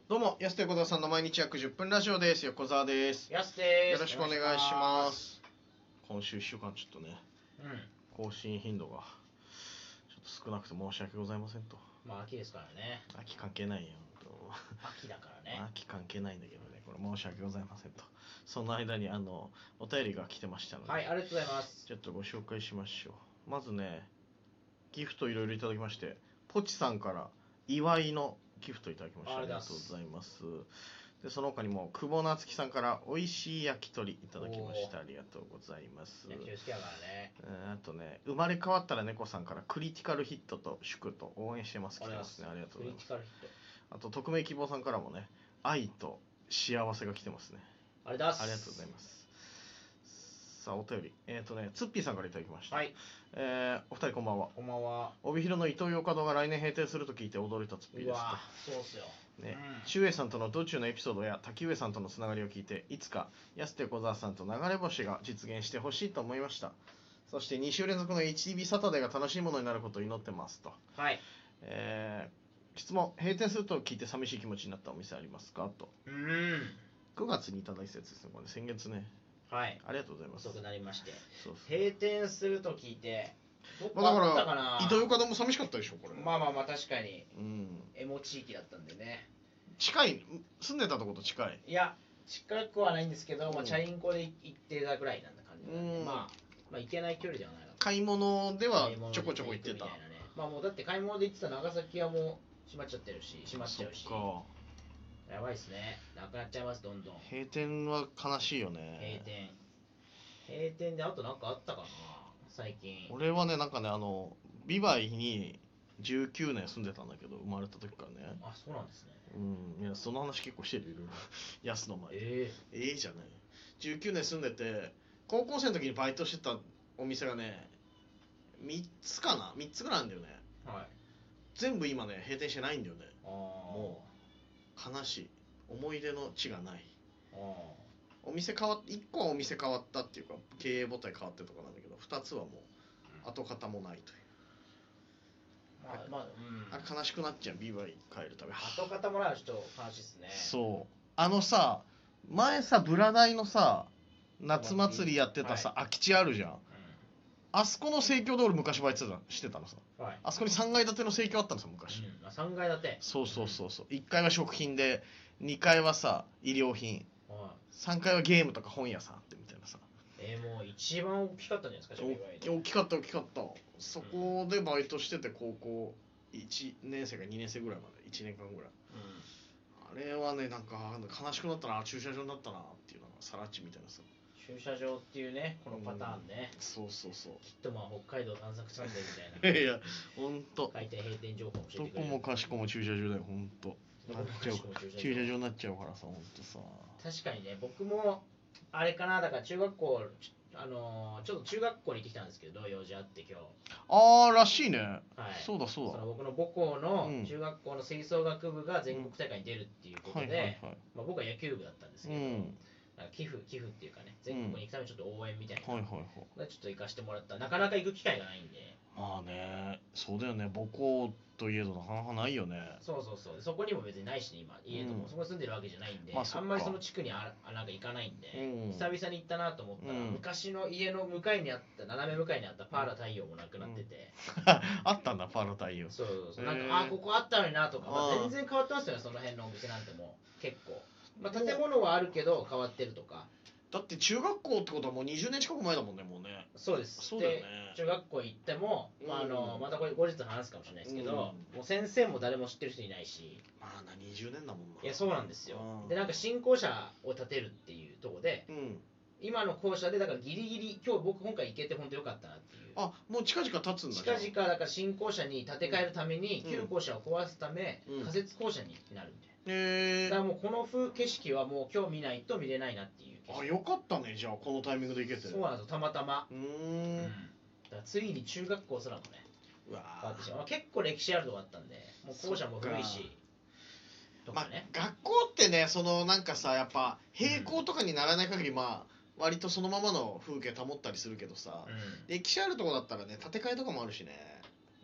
どうも、安手横澤さんの毎日約10分ラジオです。横澤です。 やすです。 よろしくお願いします。今週1週間ちょっとね、更新頻度がちょっと少なくて申し訳ございませんと。 まあ秋ですからね。 秋関係ないよ。 秋だからね。 秋関係ないんだけどね、これ申し訳ございませんと。その間にお便りが来てましたので、 はい、ありがとうございます。 ちょっとご紹介しましょう。まずね、ギフトいろいろいただきまして、ポチさんから祝いのギフトいただきました。ありがとうございます。でその他にも久保夏樹さんから美味しい焼き鳥いただきました。ありがとうございます。 焼き鳥好きだからね。 あとね、生まれ変わったら猫さんからクリティカルヒットと祝と応援してます。来てますね。ありがとうございます。あと匿名希望さんからもね、愛と幸せが来てますね。 ありがとうございます。さあお便り、ツッピーさんからいただきました。 はい。 お二人こんばんは。 こんばんは。 帯広のイトーヨーカドーが来年閉店すると聞いて驚いたツッピーです。 うわ、そうっすよ。 ね、周英さんとの道中のエピソードや滝上さんとのつながりを聞いて、いつか安手小沢さんと流れ星が実現してほしいと思いました。そして2週連続の HTB サタデーが楽しいものになることを祈ってますと。 はい。 質問、閉店すると聞いて寂しい気持ちになったお店ありますかと。9月にいただいたやつですね、これ先月ね。 はい。 ありがとうございます。 遅くなりまして。 そう閉店すると聞いて、 だからイトーヨーカドーも寂しかったでしょこれ。 まあ確かに。エモ地域だったんでね。 近い、住んでたとこと近い。 いや、近くはないんですけど、チャリンコで行ってたぐらいなんだ感じなんで、まあ行けない距離ではないな。 買い物ではちょこちょこ行ってた。 まあもうだって買い物で行ってた長崎はもう閉まっちゃってるし、閉まっちゃうし。そっか。やばいっすね。なくなっちゃいます、どんどん。 閉店は悲しいよね。 閉店であとなんかあったかな、最近。 俺はね、なんかね、ビバイに19年住んでたんだけど、生まれた時からね。 あ、そうなんですね。 いや、その話結構してる、いろいろ。安の前で。じゃない。19年住んでて、高校生の時にバイトしてたお店がね、3つかな ?3 つぐらいあるんだよね。 はい。 全部今ね、閉店してないんだよね。 もう、悲しい。思い出の地がない。お店変わっ1個はお店変わったっていうか、経営母体変わってとかなんだけど、2つはもう、跡形もないという。あれ悲しくなっちゃう、ビバイ帰るたび。 跡形もないはちょっと悲しいっすね。 そう。さ、前さ、ブラダイのさ、夏祭りやってたさ、空き地あるじゃん。あそこの生協で俺昔バイトしてたのさ。あそこに3階建ての生協あったのさ、昔。 3階建て。 そう。1階は食品で、2階はさ、医療品。3階はゲームとか本屋さんあってみたいなさ。 もう一番大きかったんじゃないですか。 大きかった。そこでバイトしてて、高校1年生か2年生ぐらいまで、1年間ぐらい。あれはね、なんか悲しくなったな、駐車場になったなっていうのがさらっちみたいなさ。 駐車場っていうね、このパターンね。 そう。 きっとまあ北海道探索サンデーみたいな。 いや、ほんと。 開店閉店情報教えてくれる。 どこもかしこも駐車場だよ、ほんと。駐車場になっちゃうからさ、ほんとさ。 確かにね、僕もあれかな、だから中学校、ちょっと中学校に行ってきたんですけど、用事あって今日。 らしいね。 はい。 そうだ。 僕の母校の中学校の吹奏楽部が全国大会に出るっていうことで、僕は野球部だったんですけど、寄付っていうかね、全国に行くためにちょっと応援みたいな、ちょっと行かしてもらった。なかなか行く機会がないんで。 まあね、そうだよね、母校といえどなかなかないよね。 そう。そこにも別にないしね、今家ともそこに住んでるわけじゃないんで、あんまりその地区になんか行かないんで、久々に行ったなと思ったら、昔の家の斜め向かいにあったパーラ太陽もなくなってて。 あったんだ、パーラ太陽。 そう。なんかここあったのになとか、全然変わってますよね、その辺のお店なんても結構。建物はあるけど変わってるとか。 だって中学校ってことはもう20年近く前だもんね、もうね。 そうです。 そうだよね。 中学校行っても、またこれ後日話すかもしれないですけど、もう先生も誰も知ってる人いないし。 まあ20年だもんな。 いや、そうなんですよ。で、なんか新校舎を建てるっていうところで、今の校舎でだからギリギリ今回行けて本当よかったなっていう。 もう近々建つんだ。 近々だから新校舎に建て替えるために、旧校舎を壊すため、仮設校舎になるんで。だからもうこの景色はもう今日見ないと見れないなっていう。 よかったね、じゃあこのタイミングで行けて。 そうなんですよ、たまたま。だからついに中学校すらもね、結構歴史あるとこだったんで、もう校舎も古いし。 学校ってね、なんかさ、やっぱ閉校とかにならない限り、割とそのままの風景保ったりするけどさ、歴史あるとこだったらね、建て替えとかもあるしね。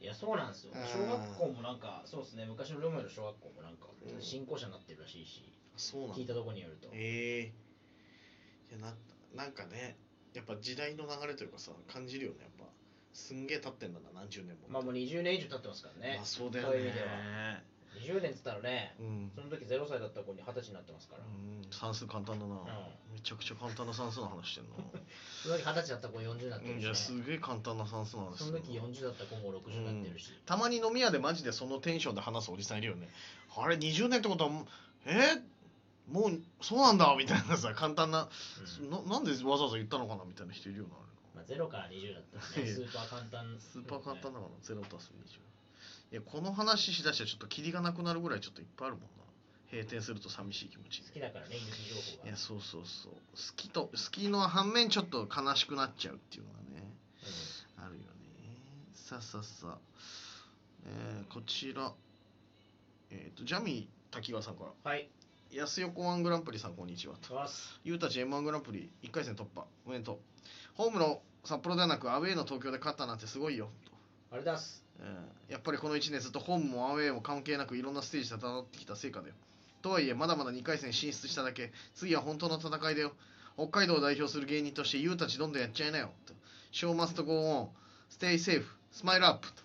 いやそうなんですよ。小学校もなんかそうですね、昔の留萌の小学校もなんか新校舎になってるらしいし、 そうなんだ。 聞いたところによると。 いやなんかね、やっぱ時代の流れというかさ、感じるよね。やっぱすんげえ経ってんだな、何十年も。 まあもう20年以上経ってますからね。 まあそうだよね。 そういう意味では20年っつったらね、その時0歳だった子に20歳になってますから。 算数簡単だな、めちゃくちゃ簡単な算数の話してんな。 その時20歳だった子40になってるし、ね、 いやすげえ簡単な算数の話。 その時40だった子も60になってるし、 たまに飲み屋でマジでそのテンションで話すおじさんいるよね。あれ20年ってことはもうそうなんだみたいなさ、簡単な、なんでわざわざ言ったのかなみたいな人いるよな。 まあ、0から20だったらね、スーパー簡単、 スーパー簡単だから0足す20。いやこの話しだしたらちょっとキリがなくなるぐらいちょっといっぱいあるもんな。閉店すると寂しい気持ち、 好きだからね、居抜き情報が。 いやそう好きの反面ちょっと悲しくなっちゃうっていうのがね、あるよね。さあ、こちらジャミー滝川さんから、 はい、 安横ワングランプリさんこんにちはと。ゆうたち M1 グランプリ1回戦突破おめでとう。ホームの札幌ではなくアウェーの東京で勝ったなんてすごいよと。 あれだす、 やっぱりこの1年ずっとホームもアウェーも関係なくいろんなステージで戦ってきた成果だよ。とはいえまだまだ2回戦進出しただけ、次は本当の戦いだよ。北海道を代表する芸人としてゆうたちどんどんやっちゃいなよと。ショーマストゴーオン、ステイセーフ、スマイルアップと。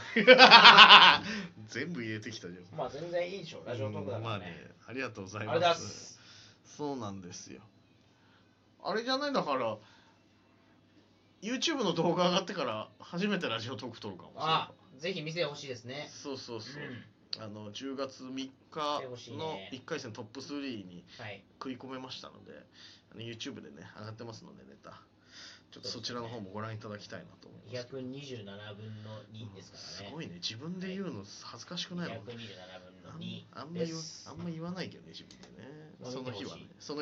全部入れてきたじゃん。 まあ全然いいでしょ、ラジオトークだからね。 まあね、ありがとうございます。 ありがとうございます。 そうなんですよ。あれじゃない、だからYouTube の動画上がってから初めてラジオトーク撮るかもしれない。 あ、ぜひ見せてほしいですね。 そう、10月3日の1回戦トップ3に食い込めましたので、YouTube でね上がってますので、ネタちょっとそちらの方もご覧いただきたいなと思います。 227分の2ですからね。 すごいね、自分で言うの恥ずかしくないもんね。 227分の2 あんま言わないけどね、自分でね。その日は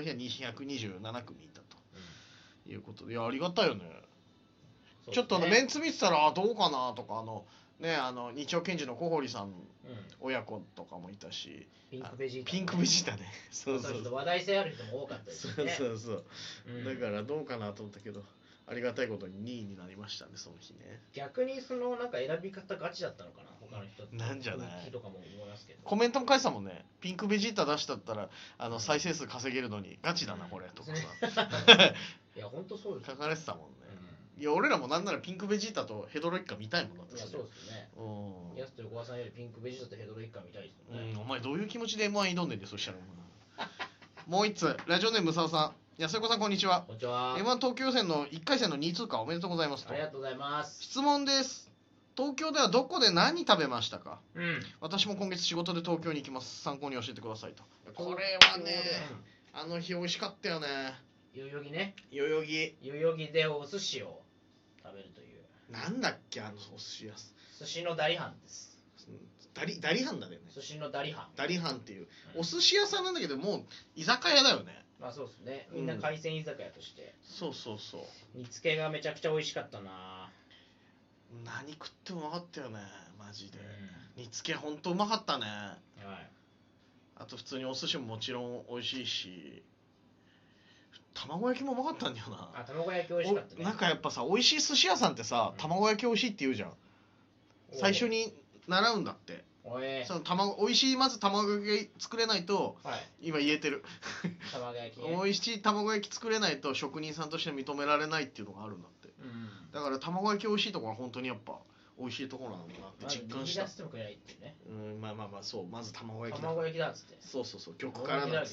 227組いたということで、いやありがたいよね。ちょっとメンツ見てたらどうかなとか、日曜賢治の小堀さん親子とかもいたし、 ピンクベジータ、 ピンクベジータね。 そう話題性ある人も多かったですね。 だからどうかなと思ったけど、ありがたいことに2位になりましたね、その日ね。 逆になんか選び方ガチだったのかな、他の人なんじゃないとかも思いますけど。 コメントも書いてたもんね。ピンクベジータ出したったら再生数稼げるのにガチだなこれとかさ。 いや本当そうです。 書かれてたもんね。いや俺らもなんならピンクベジータとヘドロ一家見たいもんだって。 いやそうですね。やすと横川さんよりピンクベジータとヘドロ一家見たいですよね。 お前どういう気持ちで M1 挑んでんで、そしたらもう一つ、ラジオネームムサオさん、安横さんこんにちは。 こんにちは。 M1 東京予選の1回戦の2位通過おめでとうございますと。 ありがとうございます。 質問です。東京ではどこで何食べましたか？私も今月仕事で東京に行きます。参考に教えてくださいと。これはね、あの日美味しかったよね。 代々木ね。 代々木でお寿司を食べるという。 なんだっけ、あのお寿司屋。 寿司のダリハンです。 ダリハンだよね。 寿司のダリハン。 ダリハンっていう、お寿司屋さんなんだけど、もう居酒屋だよね。 まあそうですね。みんな海鮮居酒屋として。 そう。 煮付けがめちゃくちゃ美味しかったな。 何食ってもうまかったよね、マジで。煮付けほんとうまかったね。はい。あと普通にお寿司ももちろん美味しいし、卵焼きもうまかったんだよな。 あ、卵焼き美味しかったね。 なんかやっぱさ、美味しい寿司屋さんってさ、卵焼き美味しいって言うじゃん。最初に習うんだって。その美味しいまず卵焼き作れないと、今言えてる。 卵焼き、 美味しい卵焼き作れないと職人さんとして認められないっていうのがあるんだって。だから卵焼き美味しいところは本当にやっぱ美味しいところなんだなって実感した。まあそう、まず卵焼きだっつって。 そう玉からだっつって。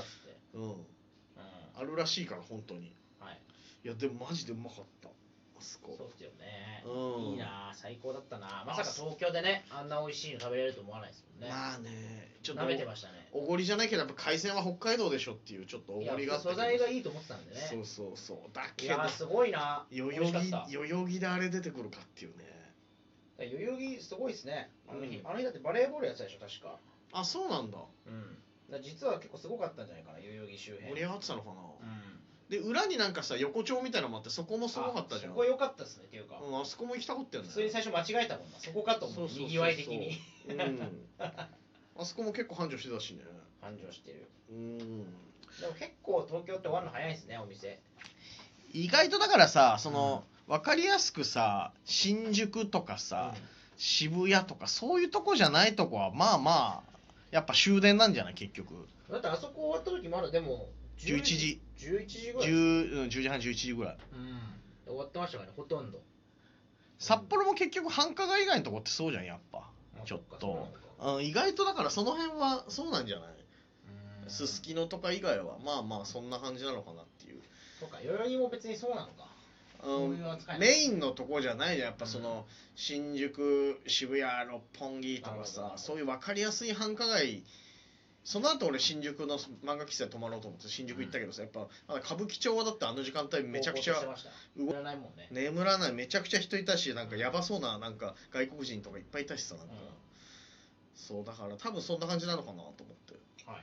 あるらしいから本当に。いやでもマジでうまかった。 そうっすよね。いいな、最高だったな。まさか東京でね、あんな美味しいの食べれると思わないですもんね。 まあね、 ちょっと舐めてましたね。 おごりじゃないけどやっぱ海鮮は北海道でしょっていうちょっとおごりがあった。 素材がいいと思ってたんでね。 そうだけど、 いやすごいな。 代々木であれ出てくるかっていうね。 代々木すごいですね。あの日だってバレーボールやってたでしょ確か。 あ、そうなんだ。 実は結構すごかったんじゃないかな、代々木周辺。 盛り上がってたのかな。で裏になんかさ横丁みたいなのもあって、そこもすごかったじゃん。 そこ良かったですねっていうか。 あそこも行きたかったよね。 普通に最初間違えたもんな。そこかと思う。にぎわい的に。 あそこも結構繁盛してたしね。 繁盛してる。でも結構東京って終わるの早いですね、お店。 意外とだからさ、分かりやすくさ、新宿とかさ、 渋谷とかそういうとこじゃないとこはまあまあやっぱ終電なんじゃない結局。 だってあそこ終わった時まだでも 11時 11時ぐらい 10時半11時ぐらい、 終わってましたからね、ほとんど。 札幌も結局繁華街以外のとこってそうじゃんやっぱ、ちょっと意外とだからその辺はそうなんじゃない。すすきのとか以外はまあまあそんな感じなのかなっていう。 そうか、代々木も別にそうなのか。 メインのとこじゃないじゃんやっぱその、新宿渋谷六本木とかさ、そういう分かりやすい繁華街。その後俺新宿の漫画喫茶で泊まろうと思って新宿行ったけどさ、やっぱまだ歌舞伎町はだってあの時間帯めちゃくちゃ眠らないもんね。 眠らない、めちゃくちゃ人いたし、なんかやばそうななんか外国人とかいっぱいいたしさ、なんか、そうだから多分そんな感じなのかなと思って。はい。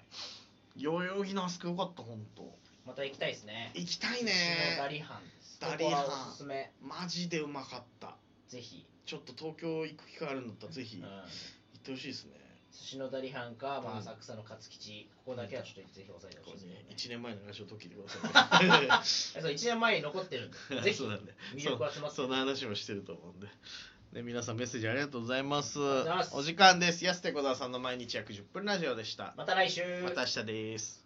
代々木のあそこよかった本当。 また行きたいですね。 行きたいね。 ダリハンです。 ダリハンおすすめ。 マジでうまかった。 ぜひ。 ちょっと東京行く機会あるんだったらぜひ行ってほしいですね。 寿司のダリハンか、まあ、浅草の勝吉、ここだけはちょっとぜひ押さえてほしいですね。 1年前の話を解きてください。 そう、1年前に残ってるんで、ぜひ魅力は集まって。 その話もしてると思うんで。ね、皆さんメッセージありがとうございます。お時間です。安手小沢さんの毎日約10分ラジオでした。 また来週。 また明日です。